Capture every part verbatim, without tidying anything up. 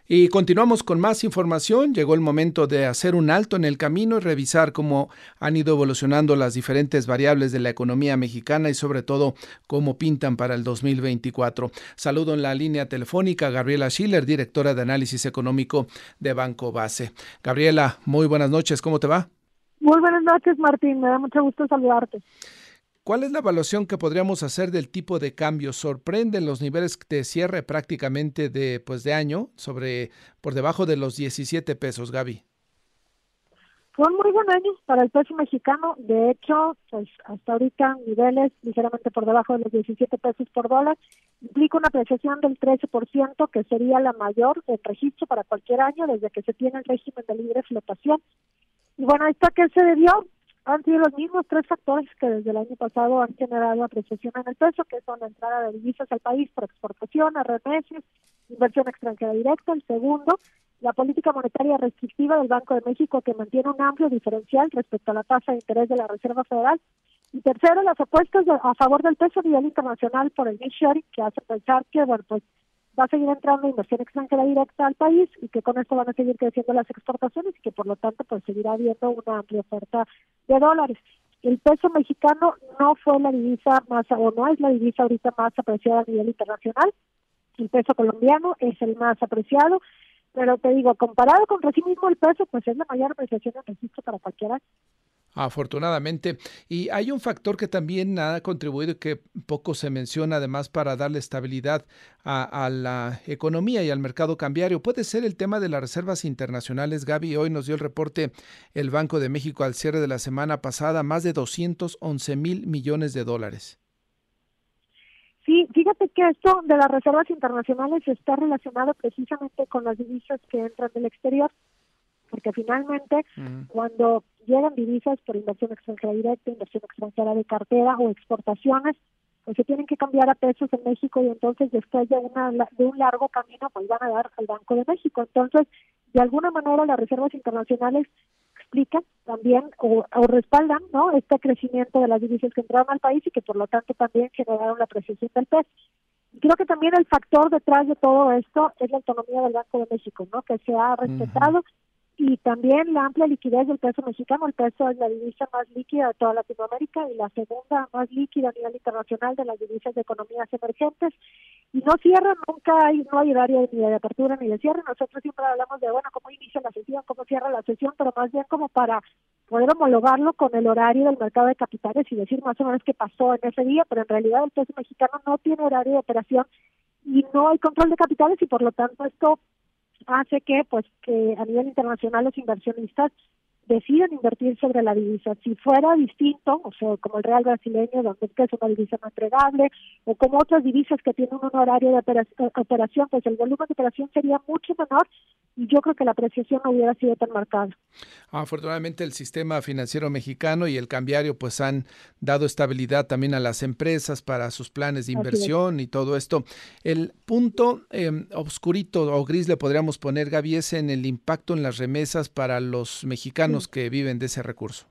Y continuamos con más información. Llegó el momento de hacer un alto en el camino y revisar cómo han ido evolucionando las diferentes variables de la economía mexicana y sobre todo cómo pintan para el dos mil veinticuatro. Saludo en la línea telefónica a Gabriela Schiller, directora de análisis económico de Banco Base. Gabriela, muy buenas noches, ¿cómo te va? Muy buenas noches, Martín, me da mucho gusto saludarte. ¿Cuál es la evaluación que podríamos hacer del tipo de cambio? ¿Sorprenden los niveles de cierre prácticamente de, pues de año, sobre por debajo de los diecisiete pesos, Gaby? Fue un muy buen año para el peso mexicano. De hecho, pues hasta ahorita niveles ligeramente por debajo de los diecisiete pesos por dólar. Implica una apreciación del trece por ciento, que sería la mayor del registro para cualquier año desde que se tiene el régimen de libre flotación. Y bueno, ¿esto a qué se debió? Han sido los mismos tres factores que desde el año pasado han generado apreciación en el peso, que son la entrada de divisas al país por exportación, remesas, inversión extranjera directa. El segundo, la política monetaria restrictiva del Banco de México, que mantiene un amplio diferencial respecto a la tasa de interés de la Reserva Federal. Y tercero, las apuestas de, a favor del peso a nivel internacional por el nearshoring, que hace pensar que, bueno, pues va a seguir entrando inversión extranjera directa al país y que con esto van a seguir creciendo las exportaciones y que por lo tanto pues seguirá habiendo una amplia oferta de dólares. El peso mexicano no fue la divisa más, o no es la divisa ahorita más apreciada a nivel internacional. El peso colombiano es el más apreciado, pero te digo, comparado contra sí mismo el peso, pues es la mayor apreciación en registro para cualquiera. Afortunadamente. Y hay un factor que también ha contribuido y que poco se menciona, además, para darle estabilidad a, a la economía y al mercado cambiario. Puede ser el tema de las reservas internacionales. Gaby, hoy nos dio el reporte el Banco de México al cierre de la semana pasada, más de doscientos once mil millones de dólares. Sí, fíjate que esto de las reservas internacionales está relacionado precisamente con las divisas que entran del exterior, porque finalmente uh-huh. cuando llegan divisas por inversión extranjera directa, inversión extranjera de cartera o exportaciones, pues se tienen que cambiar a pesos en México y entonces después de, una, de un largo camino pues van a dar al Banco de México. Entonces, de alguna manera las reservas internacionales explican también o, o respaldan, ¿no?, este crecimiento de las divisas que entraron al país y que por lo tanto también generaron la apreciación del peso. Y creo que también el factor detrás de todo esto es la autonomía del Banco de México, ¿no?, que se ha respetado. Uh-huh. Y también la amplia liquidez del peso mexicano. El peso es la divisa más líquida de toda Latinoamérica y la segunda más líquida a nivel internacional de las divisas de economías emergentes. Y no cierra, nunca hay, no hay horario ni de apertura ni de cierre. Nosotros siempre hablamos de, bueno, cómo inicia la sesión, cómo cierra la sesión, pero más bien como para poder homologarlo con el horario del mercado de capitales y decir más o menos qué pasó en ese día, pero en realidad el peso mexicano no tiene horario de operación y no hay control de capitales y por lo tanto esto hace que pues que a nivel internacional los inversionistas decidan invertir sobre la divisa. Si fuera distinto, o sea, como el real brasileño, donde es una divisa no entregable, o como otras divisas que tienen un horario de operación, pues el volumen de operación sería mucho menor y yo creo que la apreciación no hubiera sido tan marcada. Afortunadamente el sistema financiero mexicano y el cambiario pues han dado estabilidad también a las empresas para sus planes de inversión y todo esto. El punto eh, oscurito o gris le podríamos poner, Gaby, es en el impacto en las remesas para los mexicanos sí. que viven de ese recurso.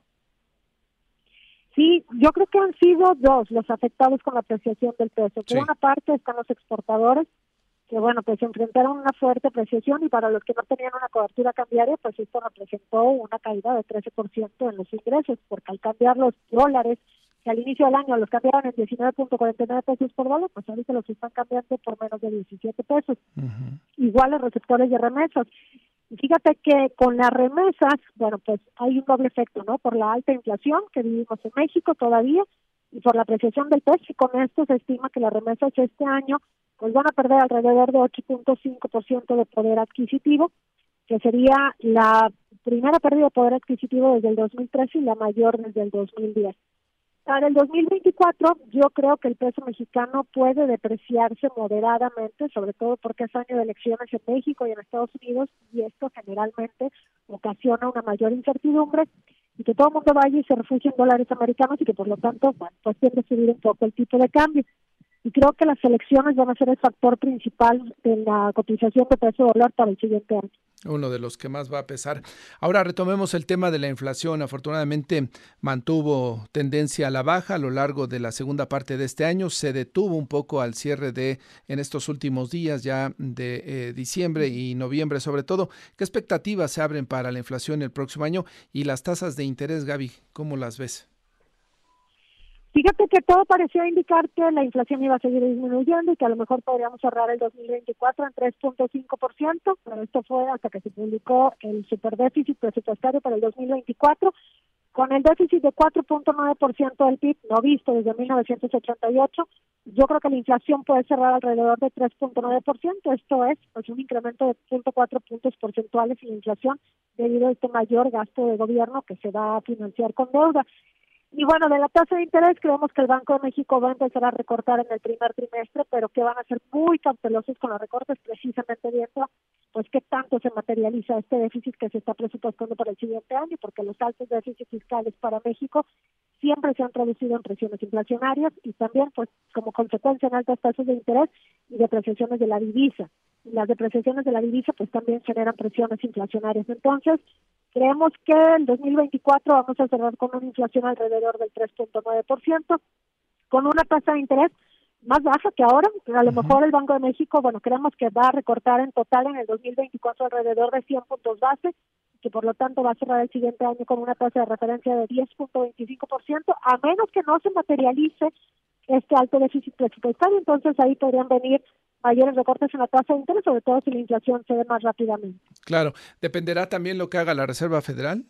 Sí, yo creo que han sido dos los afectados con la apreciación del peso. Por sí. una parte están los exportadores, que bueno, pues se enfrentaron a una fuerte apreciación y para los que no tenían una cobertura cambiaria, pues esto representó una caída de trece por ciento en los ingresos, porque al cambiar los dólares, que al inicio del año los cambiaban en diecinueve punto cuarenta y nueve pesos por dólar, pues ahorita los están cambiando por menos de diecisiete pesos. Uh-huh. Igual los receptores de remesas. Y fíjate que con las remesas, bueno, pues hay un doble efecto, ¿no? Por la alta inflación que vivimos en México todavía y por la apreciación del peso, y con esto se estima que las remesas este año pues van a perder alrededor de ocho punto cinco por ciento de poder adquisitivo, que sería la primera pérdida de poder adquisitivo desde el dos mil trece y la mayor desde el dos mil diez. Para el dos mil veinticuatro yo creo que el peso mexicano puede depreciarse moderadamente, sobre todo porque es año de elecciones en México y en Estados Unidos y esto generalmente ocasiona una mayor incertidumbre y que todo el mundo vaya y se refugie en dólares americanos y que por lo tanto bueno, pues tiende a subir un poco el tipo de cambio. Y creo que las elecciones van a ser el factor principal de la cotización de peso dólar para el siguiente año. Uno de los que más va a pesar. Ahora retomemos el tema de la inflación. Afortunadamente mantuvo tendencia a la baja a lo largo de la segunda parte de este año. Se detuvo un poco al cierre de en estos últimos días ya de eh, diciembre y noviembre sobre todo. ¿Qué expectativas se abren para la inflación el próximo año? Y las tasas de interés, Gaby, ¿cómo las ves? Fíjate que todo parecía indicar que la inflación iba a seguir disminuyendo y que a lo mejor podríamos cerrar el dos mil veinticuatro en tres punto cinco por ciento, pero esto fue hasta que se publicó el superdéficit presupuestario para el dos mil veinticuatro, con el déficit de cuatro punto nueve por ciento del P I B, no visto desde mil novecientos ochenta y ocho. Yo creo que la inflación puede cerrar alrededor de tres punto nueve por ciento, esto es pues un incremento de cero punto cuatro puntos porcentuales en la inflación debido a este mayor gasto de gobierno que se va a financiar con deuda. Y bueno, de la tasa de interés creemos que el Banco de México va a empezar a recortar en el primer trimestre, pero que van a ser muy cautelosos con los recortes, precisamente viendo pues qué tanto se materializa este déficit que se está presupuestando para el siguiente año, porque los altos déficits fiscales para México siempre se han traducido en presiones inflacionarias y también pues como consecuencia en altas tasas de interés y depreciaciones de la divisa. Y las depreciaciones de la divisa pues también generan presiones inflacionarias. Entonces, creemos que el dos mil veinticuatro vamos a cerrar con una inflación alrededor del tres punto nueve por ciento, con una tasa de interés más baja que ahora. A lo mejor el Banco de México, bueno, creemos que va a recortar en total en el dos mil veinticuatro alrededor de cien puntos base, que por lo tanto va a cerrar el siguiente año con una tasa de referencia de diez punto veinticinco por ciento, a menos que no se materialice este alto déficit presupuestario. Entonces ahí podrían venir mayores recortes en la tasa de interés, sobre todo si la inflación se ve más rápidamente. Claro, ¿dependerá también lo que haga la Reserva Federal?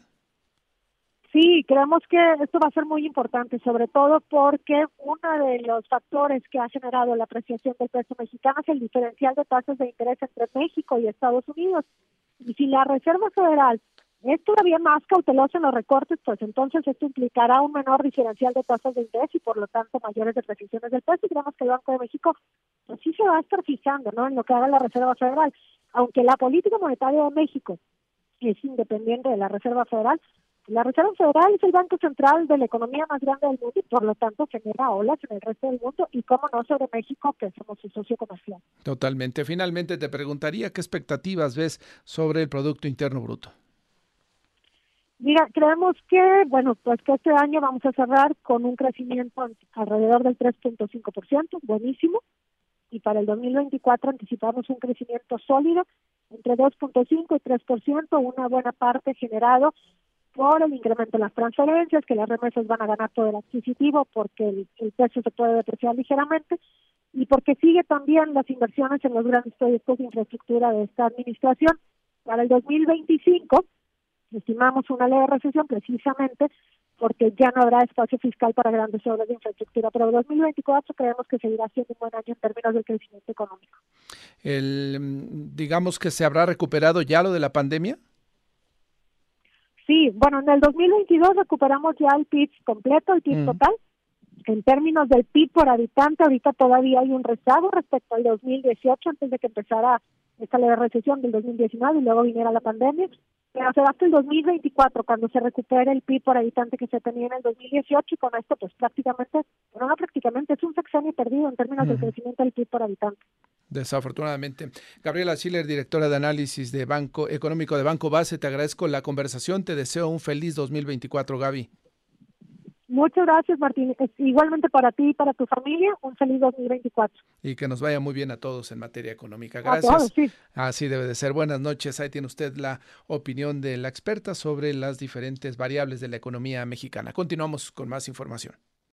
Sí, creemos que esto va a ser muy importante, sobre todo porque uno de los factores que ha generado la apreciación del peso mexicano es el diferencial de tasas de interés entre México y Estados Unidos. Y si la Reserva Federal es todavía más cautelosa en los recortes, pues entonces esto implicará un menor diferencial de tasas de interés y por lo tanto mayores depreciaciones del peso. Y creemos que el Banco de México pues sí se va a estar fijando, ¿no?, en lo que haga la Reserva Federal. Aunque la política monetaria de México es independiente de la Reserva Federal, la Reserva Federal es el banco central de la economía más grande del mundo y por lo tanto genera olas en el resto del mundo y cómo no sobre México, que somos su socio comercial. Totalmente. Finalmente te preguntaría qué expectativas ves sobre el Producto Interno Bruto. Mira, creemos que, bueno, pues que este año vamos a cerrar con un crecimiento alrededor del tres punto cinco por ciento, buenísimo, y para el dos mil veinticuatro anticipamos un crecimiento sólido entre dos punto cinco y tres por ciento, una buena parte generado por el incremento de las transferencias, que las remesas van a ganar poder adquisitivo porque el, el peso se puede depreciar ligeramente y porque sigue también las inversiones en los grandes proyectos de infraestructura de esta administración. Para el dos mil veinticinco estimamos una leve recesión precisamente porque ya no habrá espacio fiscal para grandes obras de infraestructura, pero en dos mil veinticuatro creemos que seguirá siendo un buen año en términos del crecimiento económico. El, digamos que se habrá recuperado ya lo de la pandemia. Sí, bueno, en el dos mil veintidós recuperamos ya el P I B completo, el P I B mm. total. En términos del P I B por habitante, ahorita todavía hay un rezago respecto al dos mil dieciocho, antes de que empezara esta leve recesión del dos mil diecinueve y luego viniera la pandemia. Pero será hasta el dos mil veinticuatro cuando se recupere el P I B por habitante que se tenía en el dos mil dieciocho y con esto pues prácticamente, bueno no prácticamente, es un sexenio perdido en términos mm. del crecimiento del P I B por habitante. Desafortunadamente. Gabriela Schiller, directora de análisis de Banco Económico de Banco Base, te agradezco la conversación, te deseo un feliz dos mil veinticuatro, Gaby. Muchas gracias, Martín. Igualmente para ti y para tu familia, un feliz dos mil veinticuatro. Y que nos vaya muy bien a todos en materia económica. Gracias. A todos, sí. Así debe de ser. Buenas noches. Ahí tiene usted la opinión de la experta sobre las diferentes variables de la economía mexicana. Continuamos con más información.